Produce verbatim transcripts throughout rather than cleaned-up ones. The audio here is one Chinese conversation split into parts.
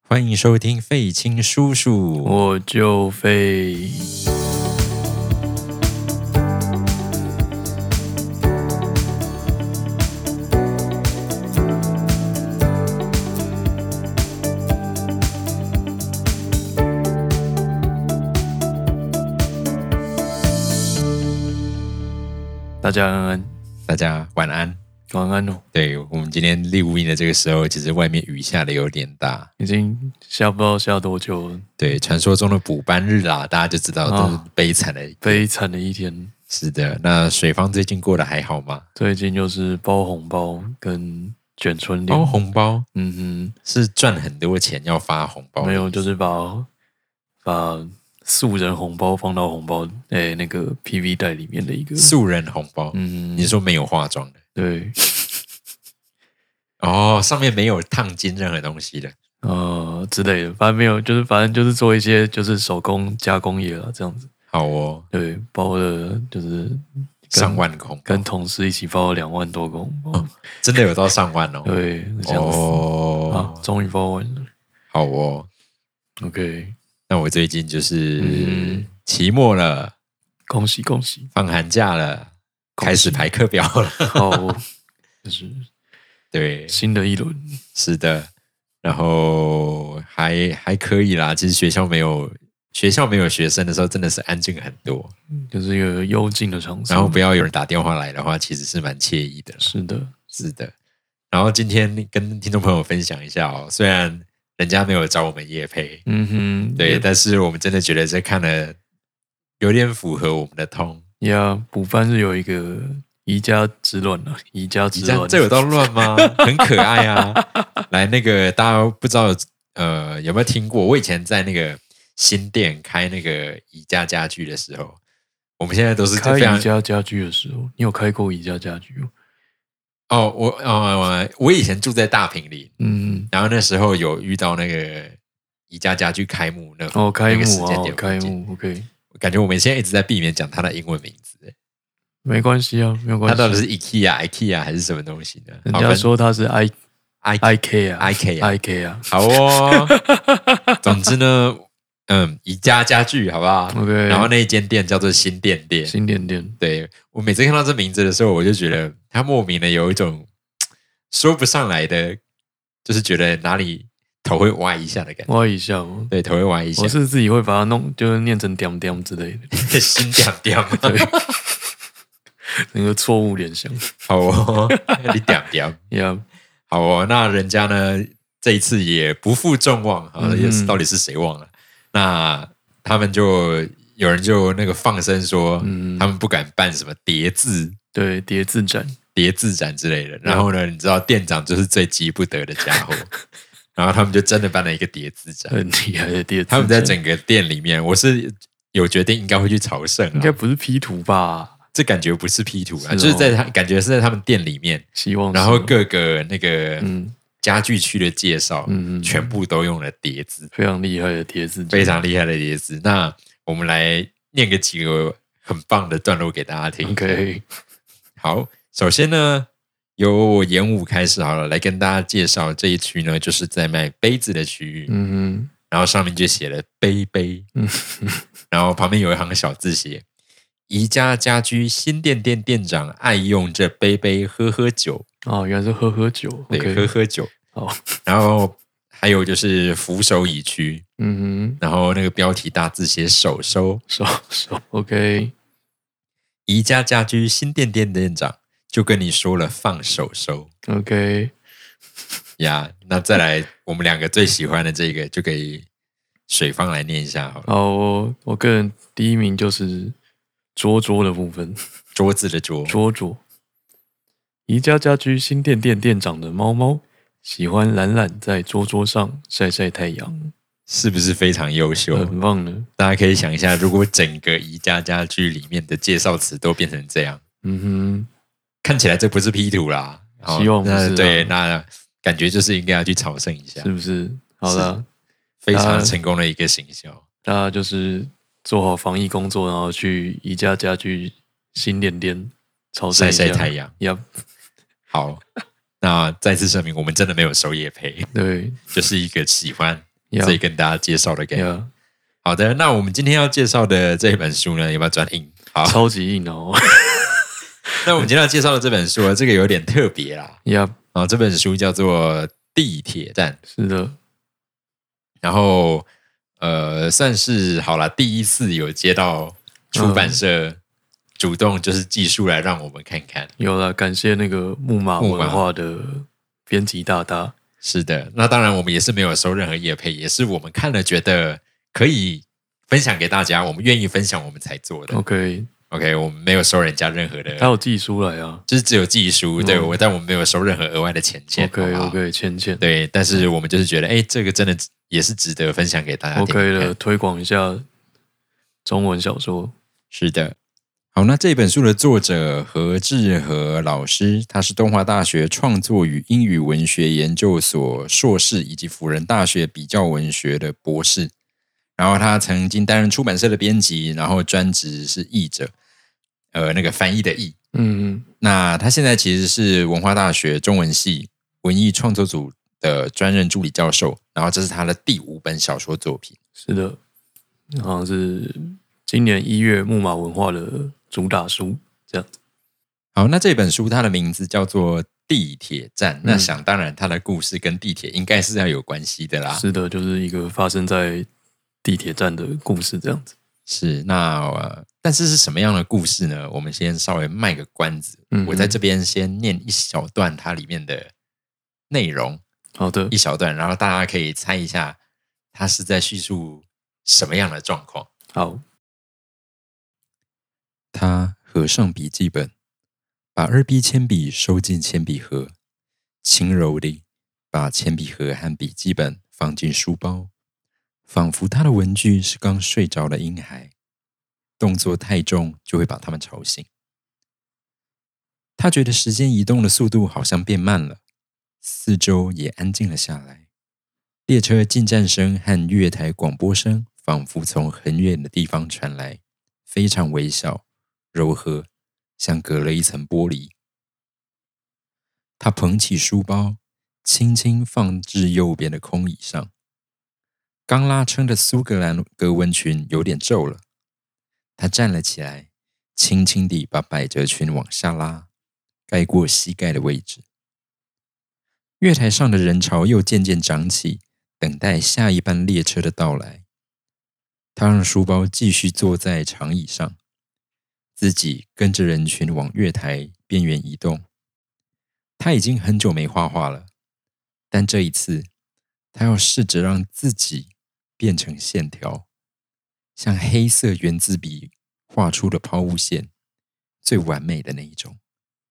欢迎收听废青叔叔， 我就废。大家安安， 大家晚安。 晚安哦。 对，我们今天录音的这个时候，其实外面雨下的有点大， 已经下不知道下多久了。 对，传说中的补班日啦，大家就知道都是悲惨的、啊、 悲惨的一天。 是的，那水方最近过得还好吗？ 最近就是包红包跟卷春联。 包红包， 嗯哼， 是赚很多钱要发红包？ 没有，就是把把素人红包放到红包诶那个 P V 袋里面的一个素人红包。 嗯， 你说没有化妆的？ 对。 哦，上面没有烫金任何东西的， 呃之类的，反正没有，就是反正就是做一些就是手工加工业了这样子。 好哦， 对，包了就是上万个红包， 跟同事一起包了两万多个红包、哦， 真的有到上万哦。 对，这样子哦，啊，终于包完了。 好哦 ，OK。 那我最近就是期末了，嗯、 恭喜恭喜， 放寒假了，开始排课表了。 好，就是对新的一轮， 是的，然后还还可以啦。其实学校没有学校没有学生的时候，真的是安静很多， 就是一个幽静的场所。 然后不要有人打电话来的话，其实是蛮惬意的。 是的， 是的。然后今天跟听众朋友分享一下哦，虽然人家没有找我们业配， 嗯哼， 对，但是我们真的觉得这看了有点符合我们的通。 呀，补班是有一个宜家之乱啊，宜家之乱， 这有到乱吗？很可爱啊！来，那个大家不知道呃有没有听过？我以前在那个新店开那个宜家家具的时候，我们现在都是开宜家家具的时候，你有开过宜家家具吗？ 哦，我哦，我以前住在大坪林， 嗯， 然后那时候有遇到那个宜家家具开幕那哦，开幕那个时间点， 哦，开幕 ，OK。 感觉我们现在一直在避免讲它的英文名字， 没关系啊，没有关系。 它到底是 IKEA、IKEA 还是什么东西呢？ 人家说它是 I I IK 啊 ，IK 啊 ，IK 啊。 好哦。总之呢，嗯，宜家家具好不好 ？OK。 然后那一间店叫做新店店， 新店店。 对，我每次看到这名字的时候，我就觉得它莫名的有一种说不上来的，就是觉得哪里头会歪一下的感觉。 歪一下哦。 对，头会歪一下。 我是自己会把它弄，就是念成点点之类的。 新点点。 对。那个错误联想。 好哦，你点点。 Yeah。 好哦，那人家呢这一次也不负众望啊，嗯、到底是谁忘了？那他们就有人就那个放声说，嗯、他们不敢办什么叠字， 对，叠字展、 叠字展之类的。然后呢，你知道店长就是最急不得的家伙，然后他们就真的办了一个叠字展， 很厉害的叠字展。 他们在整个店里面，我是有决定应该会去朝圣， 应该不是 P 图吧？ 这感觉不是 P 图啊，是、哦、就是在他感觉是在他们店里面， 希望， 然后各个那个嗯。家具区的介绍， 嗯， 全部都用了叠字， 非常厉害的叠字， 非常厉害的叠字。那我们来念个几个很棒的段落给大家听。 OK， 好，首先呢，由我演武开始好了，来跟大家介绍这一区呢，就是在卖杯子的区域。 嗯哼， 然后上面就写了杯杯，嗯，然后旁边有一行小字写。宜家家居新店店店长爱用这杯杯喝喝酒哦，原来是喝喝酒， 对， okay. 喝喝酒。 好， 然后还有就是扶手椅区， 嗯哼， 然后那个标题大字写手收手收 ，OK。 宜家家居新店店店长就跟你说了放手收 ，OK。 呀，那再来我们两个最喜欢的这个，就给水方来念一下好了。 好，我我个人第一名就是桌桌的部分， 桌子的桌， 桌桌。宜家家居新店店店长的猫猫喜欢懒懒在桌桌上晒晒太阳， 是不是非常优秀？ 很棒呢！ 大家可以想一下，如果整个宜家家居里面的介绍词都变成这样， 嗯哼， 看起来这不是 P 图啦， 希望不是、啊。 那对，那感觉就是应该要去朝圣一下， 是不是？好了， 非常成功的一个行销。 大家就是做好防疫工作，然后去宜家家居新店店朝圣一下， 晒晒太阳。 Yep。 好，那再次声明，我们真的没有收业配， 对， 就是一个喜欢所以跟大家介绍的概念。 Yeah. 好的，那我们今天要介绍的这本书呢，有没有转硬？好， 超级硬哦。 那我们今天要介绍的这本书，这个有点特别啦。 Yeah. 哦，这本书叫做《地铁站》。 是的。 然后，呃，算是好啦，第一次有接到出版社主动就是寄书来让我们看看。 有啦，感谢那个木马文化的编辑大大。 是的，那当然我们也是没有收任何业配，也是我们看了觉得可以分享给大家，我们愿意分享我们才做的。 OK OK， 我们没有收人家任何的， 他有寄书来啊， 就是只有寄书， 嗯、 对，我但我们没有收任何额外的钱钱。 OK 好好 OK， 钱钱对，但是我们就是觉得，哎，这个真的也是值得分享给大家。 OK 了，推广一下中文小说。 是的。好，那这本书的作者何志和老师，他是东华大学创作与英语文学研究所硕士，以及辅仁大学比较文学的博士。然后他曾经担任出版社的编辑，然后专职是译者，呃，那个翻译的译。 嗯嗯。 那他现在其实是文化大学中文系文艺创作组的专任助理教授。然后这是他的第五本小说作品。 是的，好像是今年一月木马文化的主打书这样子。 好，那这本书它的名字叫做《地铁站》，嗯、那想当然它的故事跟地铁应该是要有关系的啦。 是的，就是一个发生在地铁站的故事这样子。 是，那、呃、但是是什么样的故事呢？我们先稍微卖个关子，嗯、我在这边先念一小段它里面的内容。 好的， 一小段，然后大家可以猜一下它是在叙述什么样的状况。 好。 他合上笔记本，把二 B 铅笔收进铅笔盒，轻柔地把铅笔盒和笔记本放进书包，仿佛他的文具是刚睡着的婴孩，动作太重就会把他们吵醒。他觉得时间移动的速度好像变慢了，四周也安静了下来，列车进站声和月台广播声仿佛从很远的地方传来，非常微小柔和，像隔了一层玻璃。他捧起书包，轻轻放至右边的空椅上。刚拉撑的苏格兰格纹裙有点皱了，他站了起来，轻轻地把百褶裙往下拉，盖过膝盖的位置。月台上的人潮又渐渐涨起，等待下一班列车的到来。他让书包继续坐在长椅上，自己跟着人群往月台边缘移动。他已经很久没画画了，但这一次，他要试着让自己变成线条，像黑色圆珠笔画出的抛物线，最完美的那一种。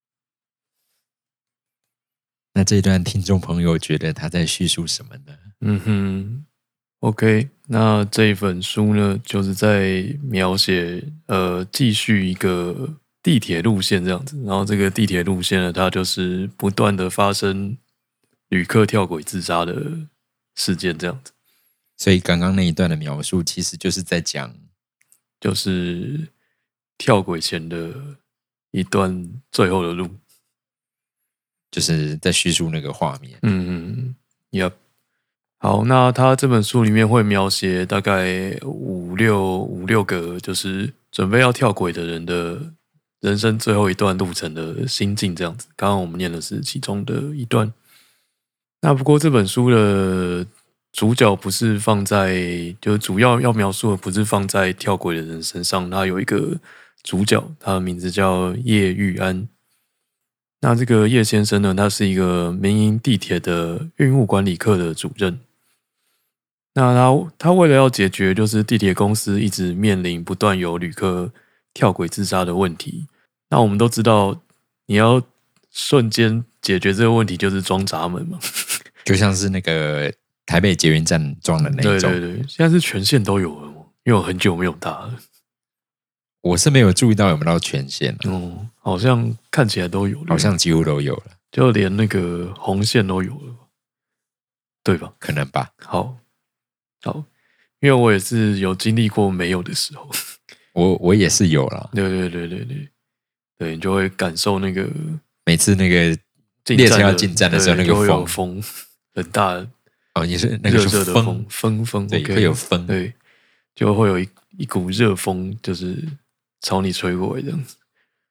那这段听众朋友觉得他在叙述什么呢？ 嗯哼 ，OK， 那这一本书呢，就是在描写呃，继续一个地铁路线这样子。然后这个地铁路线呢，它就是不断的发生旅客跳轨自杀的事件这样子。 所以刚刚那一段的描述，其实就是在讲， 就是跳轨前的一段最后的路。 就是在叙述那个画面。 嗯嗯 ，Yep。好，那他这本书里面会描写大概五六五六个，就是准备要跳轨的人的人生最后一段路程的心境这样子。刚刚我们念的是其中的一段。那不过这本书的主角不是放在，就是主要要描述的不是放在跳轨的人身上，他有一个主角，他的名字叫叶玉安。那这个叶先生呢，他是一个民营地铁的运务管理课的主任。那他他为了要解决就是地铁公司一直面临不断有旅客跳轨自杀的问题，那我们都知道你要瞬间解决这个问题就是装闸门嘛， 就像是那个台北捷运站装的那一种。 对对对，现在是全线都有了，因为我很久没有搭了。 我是没有注意到有没有到全线、啊、 哦，好像看起来都有了， 好像几乎都有了， 就连那个红线都有了，对吧？ 可能吧。 好，好，因为我也是有经历过没有的时候， 我我也是有啦。 对对对对对，对，你就会感受那个每次那个列车要进站的时候，那个风风很大的。 哦，也是那个热是热的风，风风， 对， okay, 会有风， 对，就会有一一股热风，就是朝你吹过来这样子。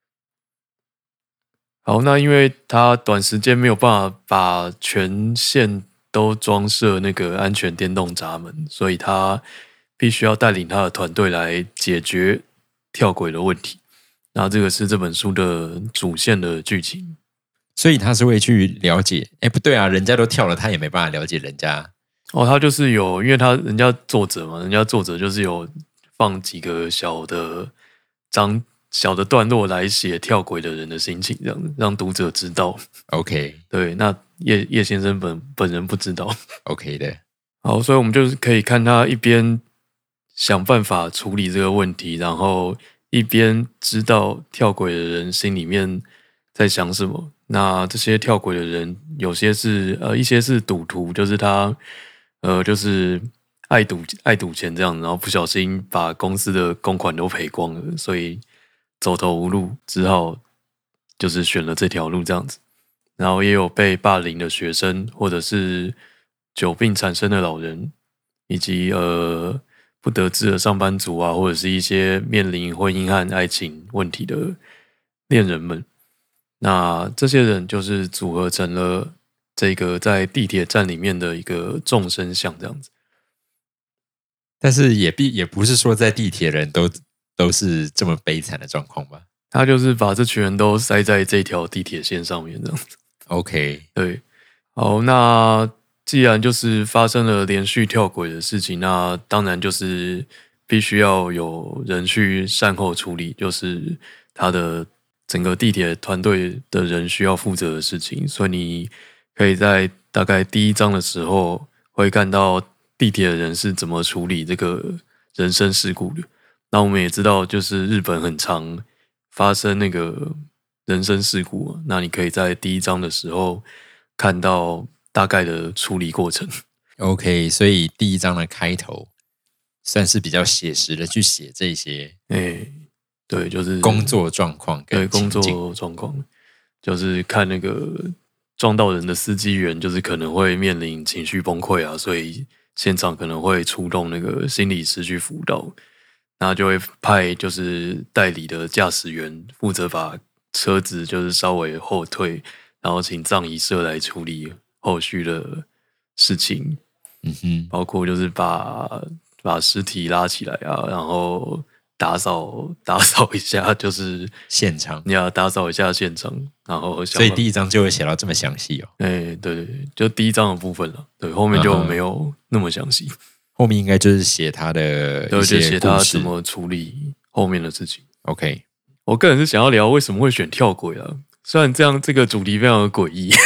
好，那因为它短时间没有办法把全线都装设那个安全电动闸门，所以他必须要带领他的团队来解决跳轨的问题。那这个是这本书的主线的剧情。 所以他是会去了解，哎，不对啊，人家都跳了，他也没办法了解人家。 哦，他就是有，因为他人家作者嘛，人家作者就是有放几个小的章、小的段落来写跳轨的人的心情，这样子让读者知道。 OK， 对，那叶叶先生本本人不知道。 OK 的。 好，所以我们就是可以看他一边想办法处理这个问题，然后一边知道跳轨的人心里面在想什么。那这些跳轨的人，有些是呃，一些是赌徒，就是他呃，就是爱赌爱赌钱这样，然后不小心把公司的公款都赔光了，所以走投无路，只好就是选了这条路这样子。然后也有被霸凌的学生，或者是久病缠身的老人，以及呃不得志的上班族啊，或者是一些面临婚姻和爱情问题的恋人们。那这些人就是组合成了这个在地铁站里面的一个众生相这样子。 但是也必也不是说在地铁人都都是这么悲惨的状况吧？ 他就是把这群人都塞在这条地铁线上面这样子。 OK， 对，好，那既然就是发生了连续跳轨的事情，那当然就是必须要有人去善后处理，就是他的整个地铁团队的人需要负责的事情。所以你可以在大概第一章的时候会看到地铁的人是怎么处理这个人身事故的。那我们也知道，就是日本很常发生那个人身事故嘛，那你可以在第一章的时候看到大概的处理过程。 OK， 所以第一章的开头算是比较写实的去写这些， 哎，对，就是工作状况跟对工情境作状况，就是看那个撞到人的司机员，就是可能会面临情绪崩溃啊，所以现场可能会出动那个心理师去辅导，然后就会派就是代理的驾驶员负责把车子就是稍微后退，然后请葬仪社来处理后续的事情。 嗯哼， 包括就是把把尸体拉起来啊，然后打扫打扫一下，就是现场你要打扫一下现场，然后所以第一章就会写到这么详细哦。 哎，对对对，就第一章的部分了，对，后面就没有那么详细。 后面应该就是写他的一对，就些写他故事怎么处理后面的事情。 OK， 我个人是想要聊为什么会选跳轨啊，虽然这样这个主题非常的诡异。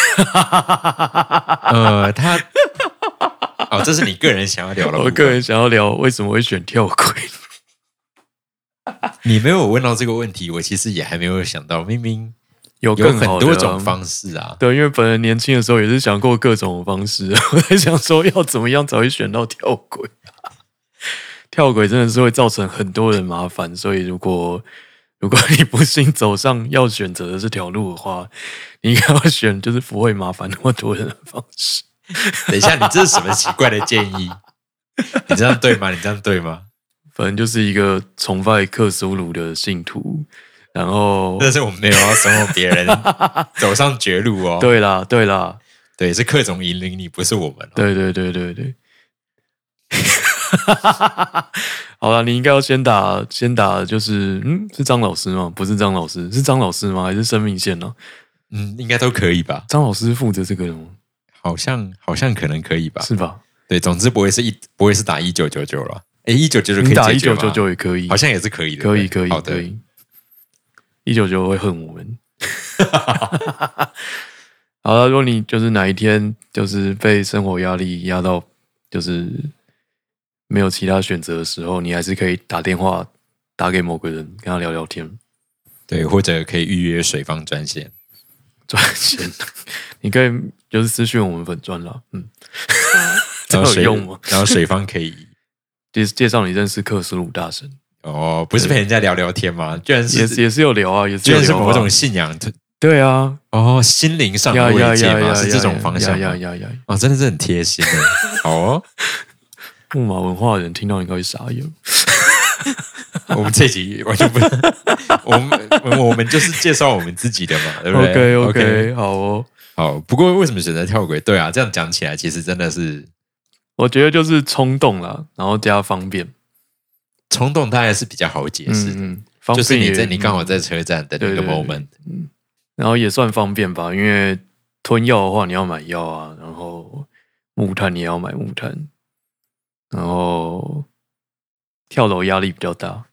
呃，他哦，这是你个人想要聊的部分。 我个人想要聊为什么会选跳轨。 你没有问到这个问题，我其实也还没有想到，明明有有更好的啊很多种方式啊。 对，因为本人年轻的时候也是想过各种方式，我在想说要怎么样才会选到跳轨。跳轨真的是会造成很多人麻烦，所以如果如果你不幸走上要选择的这条路的话，你应该要选就是不会麻烦那么多人的方式。 等一下，你这是什么奇怪的建议？你这样对吗？你这样对吗？ 反正就是一个崇拜克苏鲁的信徒，然后但是我们没有要怂恿别人走上绝路哦。 对啦，对啦， 对，是克总引领你，不是我们、哦。 对对对对对。好了，你应该要先打，先打就是嗯，是张老师吗？不是张老师，是张老师吗？还是生命线呢、啊？ 嗯，应该都可以吧。 张老师负责这个人吗？ 好像好像可能可以吧？ 是吧？ 对，总之不会是一不会是打一九九九了。哎，一九九九可以你打解决吗？ 一九九九也可以， 好像也是可以的。 可以可以好的可以。一九九会恨我们。好了，如果你就是哪一天就是被生活压力压到，就是没有其他选择的时候，你还是可以打电话打给某个人，跟他聊聊天。 对，或者可以预约水方专线。 专线，你可以就是私讯我们粉专啦，嗯，这然后水有用吗？ 然后水方可以介介绍你认识克苏鲁大神哦，不是陪人家聊聊天吗？居然是也是也是有聊啊，也是居然是有聊啊某种信仰推对啊， 哦，心灵上的慰藉嘛，是这种方向呀呀呀！ 哦，真的是很贴心的。好哦， 木马文化的人听到应该会傻眼。 我们这集完全不，我们我们就是介绍我们自己的嘛，对不对 ？OK OK， 好哦， 好。不过为什么选择跳轨？对啊，这样讲起来，其实真的是， 我觉得就是冲动啦，然后加方便。 冲动当然是比较好解释的，嗯嗯、就是你在你刚好在车站的那个 moment，、 嗯、然后也算方便吧，因为吞药的话你要买药啊，然后木炭你也要买木炭，然后跳楼压力比较大。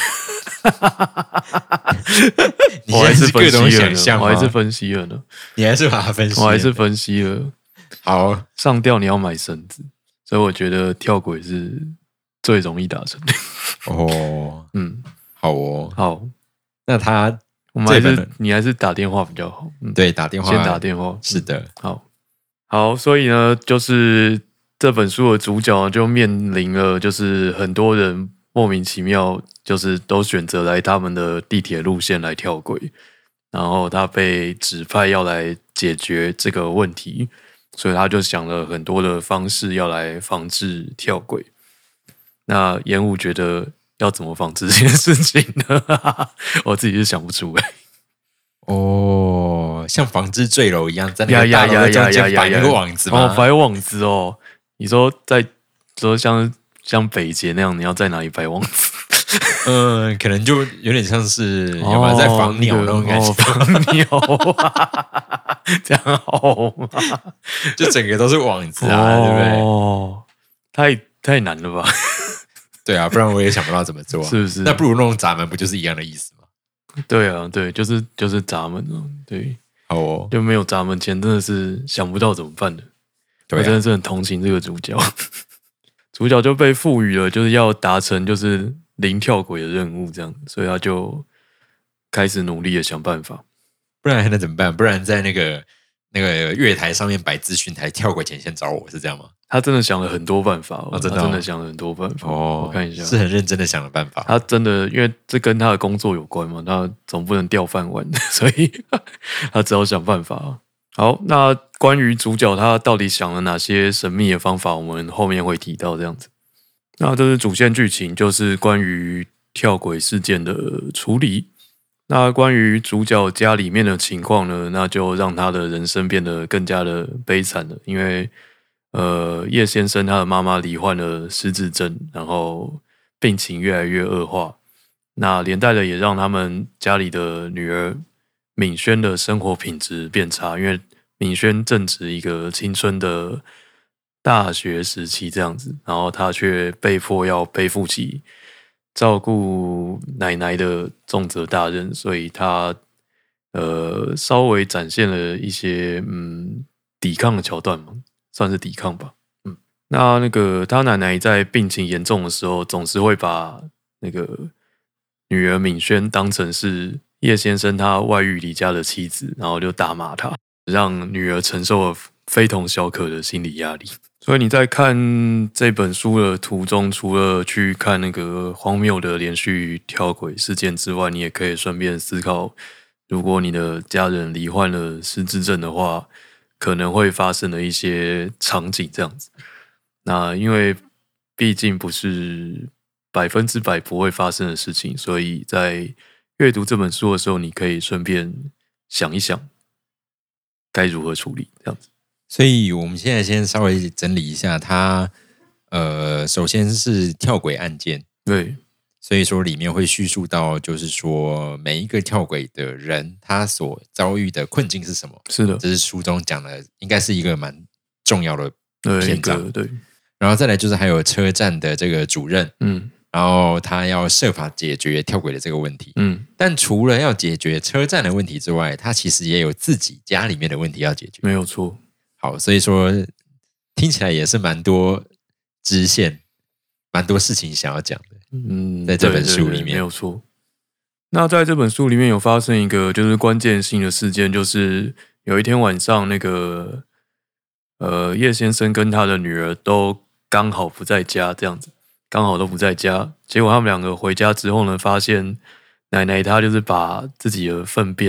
你现在是各种想象吗？ 我还是分析了呢。 你还是把它分析了， 我还是分析了。 好， 上吊你要买绳子，所以我觉得跳轨是最容易达成的。 哦，嗯，好哦， 好， 那他我们还是你还是打电话比较好。 嗯、对，打电话， 先打电话。 是的，嗯、 好，好，所以呢，就是这本书的主角就面临了，就是很多人莫名其妙，就是都选择来他们的地铁路线来跳轨，然后他被指派要来解决这个问题，所以他就想了很多的方式要来防治跳轨。那严武觉得要怎么防止这件事情呢？我自己是想不出来。 哦，像防治坠楼一样，在那个大楼的中间摆一个网子吗？ 哦，摆网子哦。你说在说像像北捷那样，你要在哪里摆网子？ 嗯，可能就有点像是有没有在防鸟那种感觉？ 哦、防鸟、啊，这样好吗？ 就整个都是网子啊，哦、对不对？ 哦，太太难了吧？ 对啊，不然我也想不到怎么做、啊， 是不是？ 那不如弄闸门，不就是一样的意思吗？ 对啊，对，就是就是闸门哦，对， 好哦， 就没有闸门前真的是想不到怎么办的。 对、啊， 我真的是很同情这个主角，主角就被赋予了就是要达成就是零跳轨的任务，这样，所以他就开始努力的想办法。 不然还能怎么办？不然在那个那个月台上面摆资讯台，跳轨前先找我，是这样吗？ 他真的想了很多办法、哦哦，真的、哦， 他真的想了很多办法。哦，我看一下， 是很认真的想了办法。 他真的，因为这跟他的工作有关嘛，他总不能掉饭碗，所以他只好想办法。好，那关于主角他到底想了哪些神秘的方法，我们后面会提到这样子。那这是主线剧情，就是关于跳轨事件的处理。那关于主角家里面的情况呢，那就让他的人生变得更加的悲惨了，因为呃，叶先生他的妈妈罹患了失智症，然后病情越来越恶化，那连带的也让他们家里的女儿敏轩的生活品质变差，因为敏轩正值一个青春的大学时期这样子，然后他却被迫要背负起照顾奶奶的重责大任，所以他呃稍微展现了一些嗯抵抗的桥段嘛。算是抵抗吧，嗯，那那个他奶奶在病情严重的时候，总是会把那个女儿敏轩当成是叶先生他外遇离家的妻子，然后就大骂他，让女儿承受了非同小可的心理压力。所以你在看这本书的途中，除了去看那个荒谬的连续跳轨事件之外，你也可以顺便思考，如果你的家人罹患了失智症的话，可能会发生的一些场景这样子。那因为毕竟不是百分之百不会发生的事情，所以在阅读这本书的时候，你可以顺便想一想该如何处理这样子。 所以我们现在先稍微整理一下它，呃，首先是跳轨案件， 对。 所以说里面会叙述到，就是说每一个跳轨的人，他所遭遇的困境是什么？ 是的， 这是书中讲的，应该是一个蛮重要的篇章。 对， 然后再来就是还有车站的这个主任，嗯，然后他要设法解决跳轨的这个问题，嗯。但除了要解决车站的问题之外，他其实也有自己家里面的问题要解决， 没有错。 好，所以说听起来也是蛮多支线，蛮多事情想要讲的。嗯，在这本书里面， 对对对，没有错。那在这本书里面有发生一个就是关键性的事件，就是有一天晚上，那个呃叶先生跟他的女儿都刚好不在家，这样子刚好都不在家。结果他们两个回家之后呢，发现奶奶她就是把自己的粪便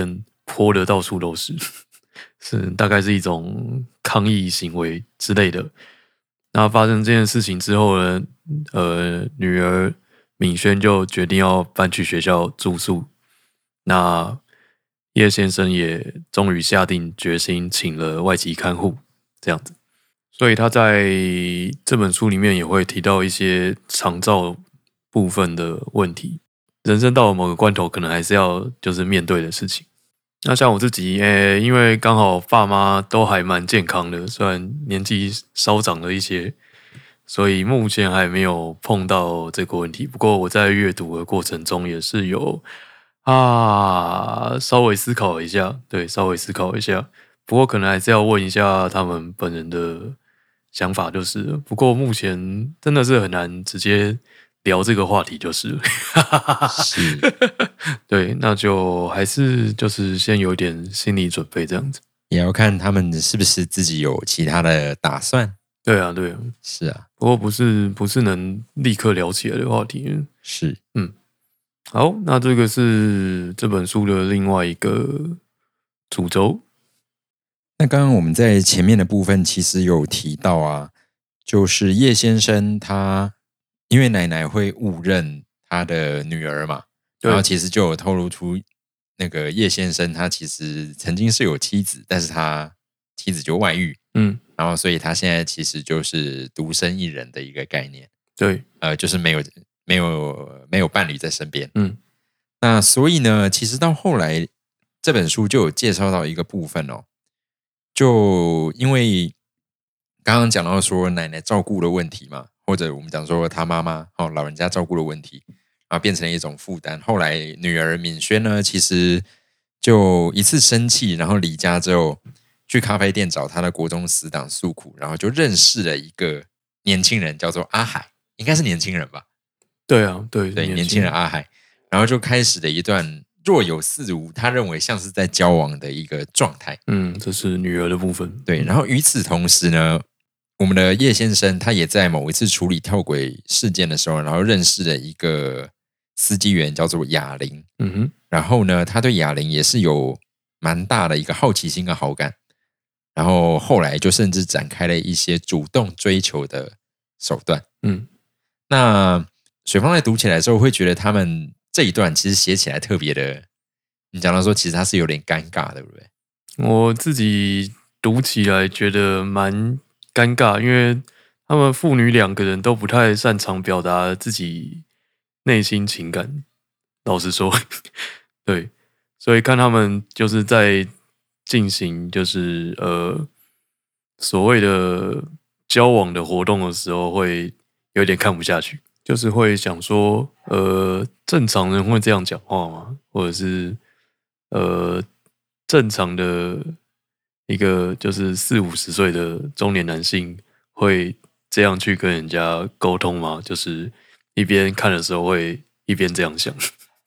泼的到处都是，是大概是一种抗议行为之类的。那发生这件事情之后呢，呃，女儿敏轩就决定要搬去学校住宿。那叶先生也终于下定决心请了外籍看护，这样子。所以他在这本书里面也会提到一些长照部分的问题，人生到了某个关头，可能还是要就是面对的事情。那像我自己，诶，因为刚好爸妈都还蛮健康的，虽然年纪稍长了一些，所以目前还没有碰到这个问题。不过我在阅读的过程中也是有啊，稍微思考一下，对，稍微思考一下。不过可能还是要问一下他们本人的想法，就是了。不过目前真的是很难直接聊这个话题，就是了是， 对，那就还是就是先有点心理准备这样子。 也要看他们是不是自己有其他的打算。 对啊，对啊， 是啊， 不过不是不是能立刻聊起来的话题。 是， 嗯，好，那这个是这本书的另外一个主轴。 那刚刚我们在前面的部分其实有提到啊，就是叶先生他因为奶奶会误认他的女儿嘛，然后其实就有透露出那个叶先生他其实曾经是有妻子，但是他妻子就外遇， 嗯， 然后所以他现在其实就是独身一人的一个概念， 对， 呃，就是没有没有没有伴侣在身边， 嗯， 那所以呢，其实到后来这本书就有介绍到一个部分哦。就因为刚刚讲到说奶奶照顾的问题嘛，或者我们讲说他妈妈哦老人家照顾的问题，然后变成了一种负担。后来女儿敏轩呢，其实就一次生气，然后离家之后去咖啡店找他的国中死党诉苦，然后就认识了一个年轻人，叫做阿海，应该是年轻人吧？ 对啊，对对，年轻人阿海，然后就开始了一段若有似无，他认为像是在交往的一个状态。 嗯，这是女儿的部分。 对，然后与此同时呢，我们的叶先生他也在某一次处理跳轨事件的时候，然后认识了一个司机员叫做哑铃。 嗯哼， 然后呢，他对哑铃也是有蛮大的一个好奇心跟好感。然后后来就甚至展开了一些主动追求的手段。 嗯， 那水方在读起来的时候，会觉得他们这一段其实写起来特别的，你讲到说其实他是有点尴尬，对不对？ 我自己读起来觉得蛮尴尬，因为他们父女两个人都不太擅长表达自己内心情感。老实说，对，所以看他们就是在进行就是呃所谓的交往的活动的时候，会有点看不下去。就是会想说，呃，正常人会这样讲话吗？或者是，呃，正常的一个就是四五十岁的中年男性会这样去跟人家沟通吗？就是一边看的时候会一边这样想。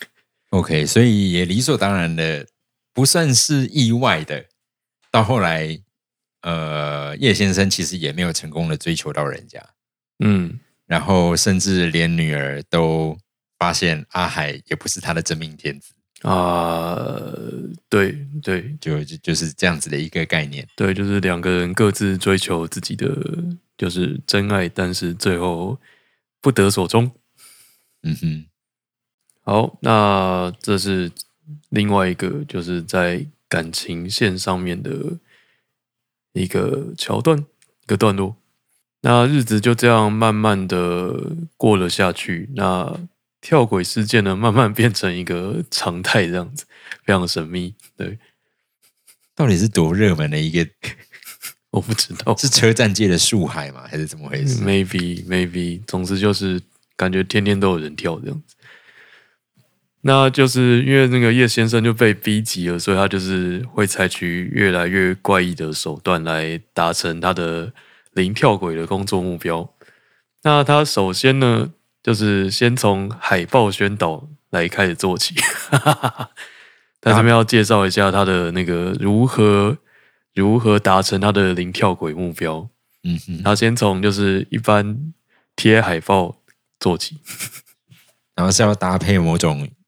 OK， 所以也理所当然的，不算是意外的。到后来，呃，叶先生其实也没有成功的追求到人家。嗯。然后甚至连女儿都发现阿海也不是他的真命天子啊、呃，对对， 就就就是这样子的一个概念。 对，就是两个人各自追求自己的就是真爱，但是最后不得所终。 嗯哼， 好，那这是另外一个就是在感情线上面的一个桥段，一个段落。那日子就这样慢慢的过了下去，那跳轨事件呢，慢慢变成一个常态，这样子非常神秘。对， 到底是多热门的一个？ 我不知道， 是车站界的树海吗？还是怎么回事 ？Maybe maybe，总之就是感觉天天都有人跳这样子。那就是因为那个叶先生就被逼急了，所以他就是会采取越来越怪异的手段来达成他的零跳轨的工作目标。那他首先呢，就是先从海报宣导来开始做起。他这边要介绍一下他的那个如何如何达成他的零跳轨目标。嗯哼，他先从就是一般贴海报做起， 然后是要搭配某种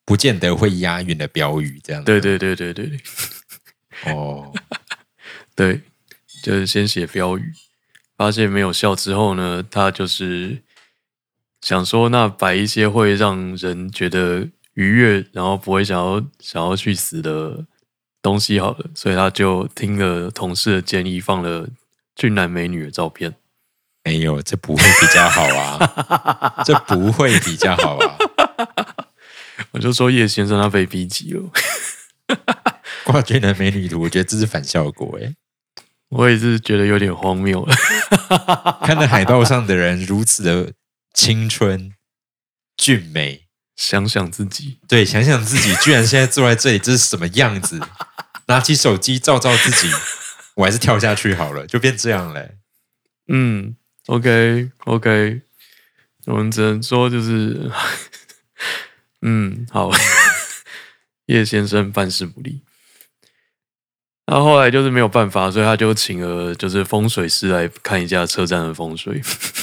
不见得会押韵的标语，这样子。 对对对对对。 哦， 对，就是先写标语，发现没有效之后呢，他就是想说，那摆一些会让人觉得愉悦，然后不会想要想要去死的东西好了，所以他就听了同事的建议，放了俊男美女的照片。 没有，这不会比较好啊，这不会比较好啊。 我就说叶先生他被逼急了。 挂俊男美女图，我觉得这是反效果哎。 我也是觉得有点荒谬了。 看到海报上的人如此的青春俊美， 想想自己， 对，想想自己居然现在坐在这里，这是什么样子？拿起手机照照自己，我还是跳下去好了，就变这样嘞。 嗯 ，OK OK， 我们只能说就是，嗯，好，叶先生办事不力。那后来就是没有办法，所以他就请了就是风水师来看一下车站的风水。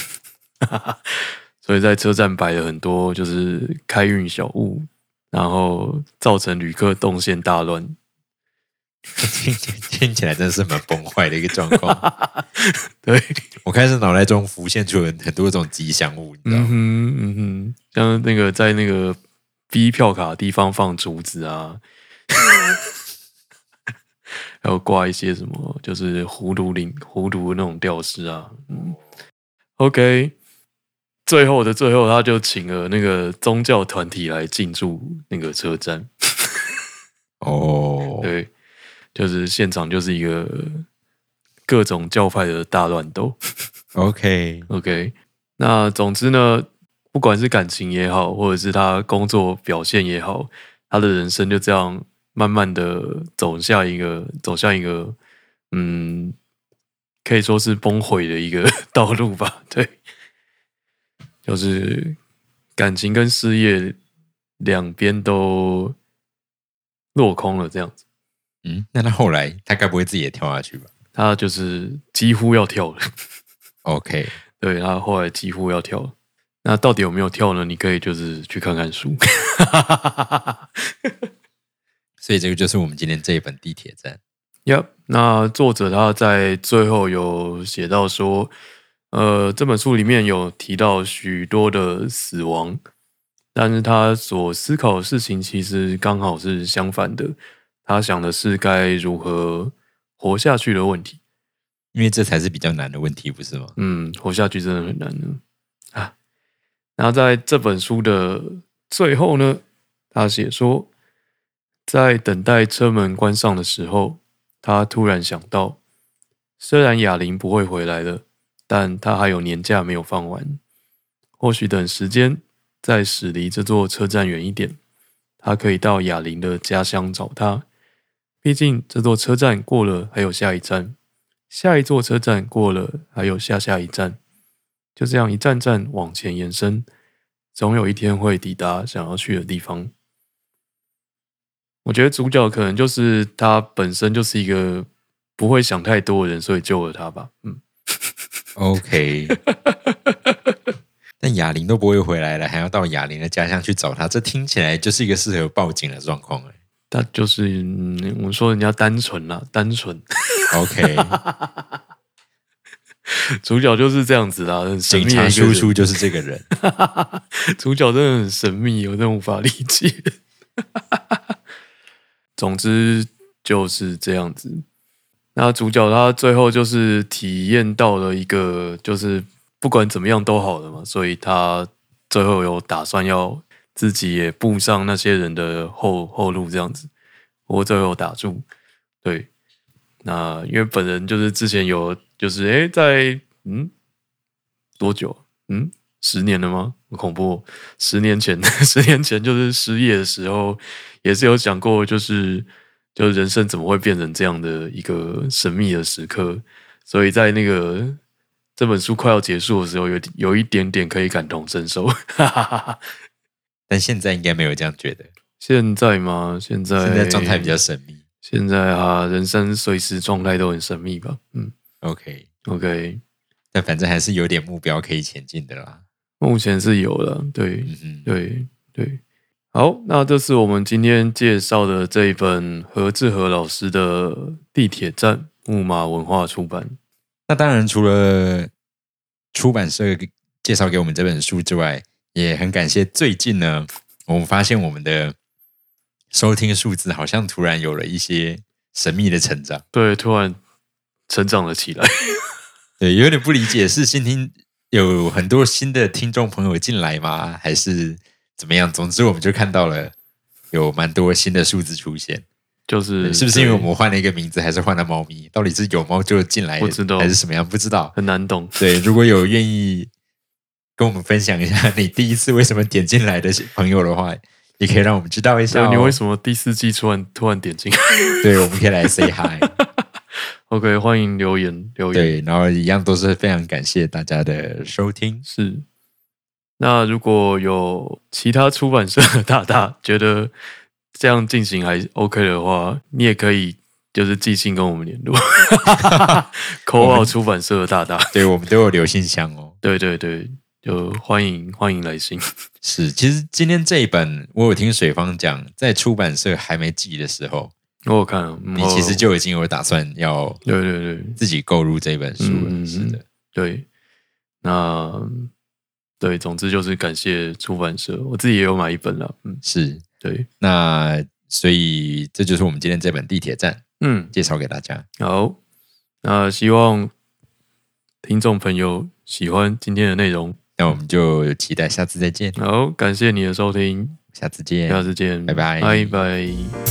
所以在车站摆了很多就是开运小物，然后造成旅客动线大乱。 听, 听起来真的是蛮崩坏的一个状况。 对， 我开始脑袋中浮现出了很多种吉祥物，你知道吗？ 嗯哼嗯哼，像那个在那个 B 票卡的地方放竹子啊。还有挂一些什么，就是葫芦铃、葫芦那种吊饰啊。嗯 ，OK， 最后的最后，他就请了那个宗教团体来进驻那个车站。 哦， 对，就是现场就是一个各种教派的大乱斗。 OK OK， 那总之呢，不管是感情也好，或者是他工作表现也好，他的人生就这样。慢慢的走下一个，走向一个，嗯，可以说是崩毁的一个道路吧。对，就是感情跟事业两边都落空了，这样子。 嗯，那他后来他该不会自己也跳下去吧？ 他就是几乎要跳了。 OK， 对，他后来几乎要跳了。那到底有没有跳呢？你可以就是去看看书。 所以这个就是我们今天这一本地铁站。 Yep， 那作者他在最后有写到说，呃，这本书里面有提到许多的死亡，但是他所思考的事情其实刚好是相反的。他想的是该如何活下去的问题， 因为这才是比较难的问题，不是吗？ 嗯，活下去真的很难呢。啊，然后在这本书的最后呢，他写说。在等待车门关上的时候，他突然想到，虽然哑铃不会回来了，但他还有年假没有放完。或许等时间再驶离这座车站远一点，他可以到哑铃的家乡找他。毕竟这座车站过了还有下一站，下一座车站过了还有下下一站，就这样一站站往前延伸，总有一天会抵达想要去的地方。我觉得主角可能就是他本身就是一个不会想太多的人，所以救了他吧。嗯 ，OK。但哑铃都不会回来了，还要到哑铃的家乡去找他，这听起来就是一个适合报警的状况哎。 他就是、嗯、我们说人家单纯啦，单纯。 OK， 主角就是这样子啦，很神秘。 警察叔叔就是这个人。 主角真的很神秘，我真的无法理解。总之就是这样子。那主角他最后就是体验到了一个，就是不管怎么样都好了嘛，所以他最后有打算要自己也步上那些人的后后路，这样子。我最后有打住，对。那因为本人就是之前有，就是诶，在嗯多久？嗯，十年了吗？很恐怖、哦。十年前，十年前就是失业的时候。也是有讲过，就是就人生怎么会变成这样的一个神秘的时刻，所以在那个这本书快要结束的时候，有有一点点可以感同身受。 但现在应该没有这样觉得。 现在吗？现在现在状态比较神秘。 现在啊，人生随时状态都很神秘吧。嗯 ，OK OK， 但反正还是有点目标可以前进的啦。 目前是有了，对、 嗯、 对对。 好，那这是我们今天介绍的这一本何志和老师的《地铁站》，木马文化出版。 那当然，除了出版社介绍给我们这本书之外，也很感谢最近呢，我们发现我们的收听数字好像突然有了一些神秘的成长。 对，突然成长了起来。 对，有点不理解，是新听有很多新的听众朋友进来吗？还是怎么样？总之，我们就看到了有蛮多新的数字出现。 就是是不是因为我们换了一个名字，还是换了猫咪？到底是有猫就进来， 不知道还是什么样？不知道， 很难懂。 对，如果有愿意跟我们分享一下你第一次为什么点进来的朋友的话，也可以让我们知道一下、哦。 你为什么第四季突然突然点进来？ 对，我们可以来 say hi。OK， 欢迎留言留言。 对，然后一样都是非常感谢大家的收听。 是。那如果有其他出版社的大大觉得这样进行还 OK 的话，你也可以就是寄信跟我们联络。口号出版社的大大， 对，我们都有留信箱哦。 对对对，就欢迎欢迎来信。 是，其实今天这一本，我有听水方讲，在出版社还没寄的时候， 我有看、啊， 你其实就已经有打算要对对对自己购入这本书了。 嗯、 是的， 对，那对，总之就是感谢出版社，我自己也有买一本了。嗯， 是， 对， 那所以这就是我们今天这本《地铁站》， 嗯， 介绍给大家。 好，那希望听众朋友喜欢今天的内容， 那我们就期待下次再见。 好，感谢你的收听， 下次见， 下次见， 拜拜， 拜拜。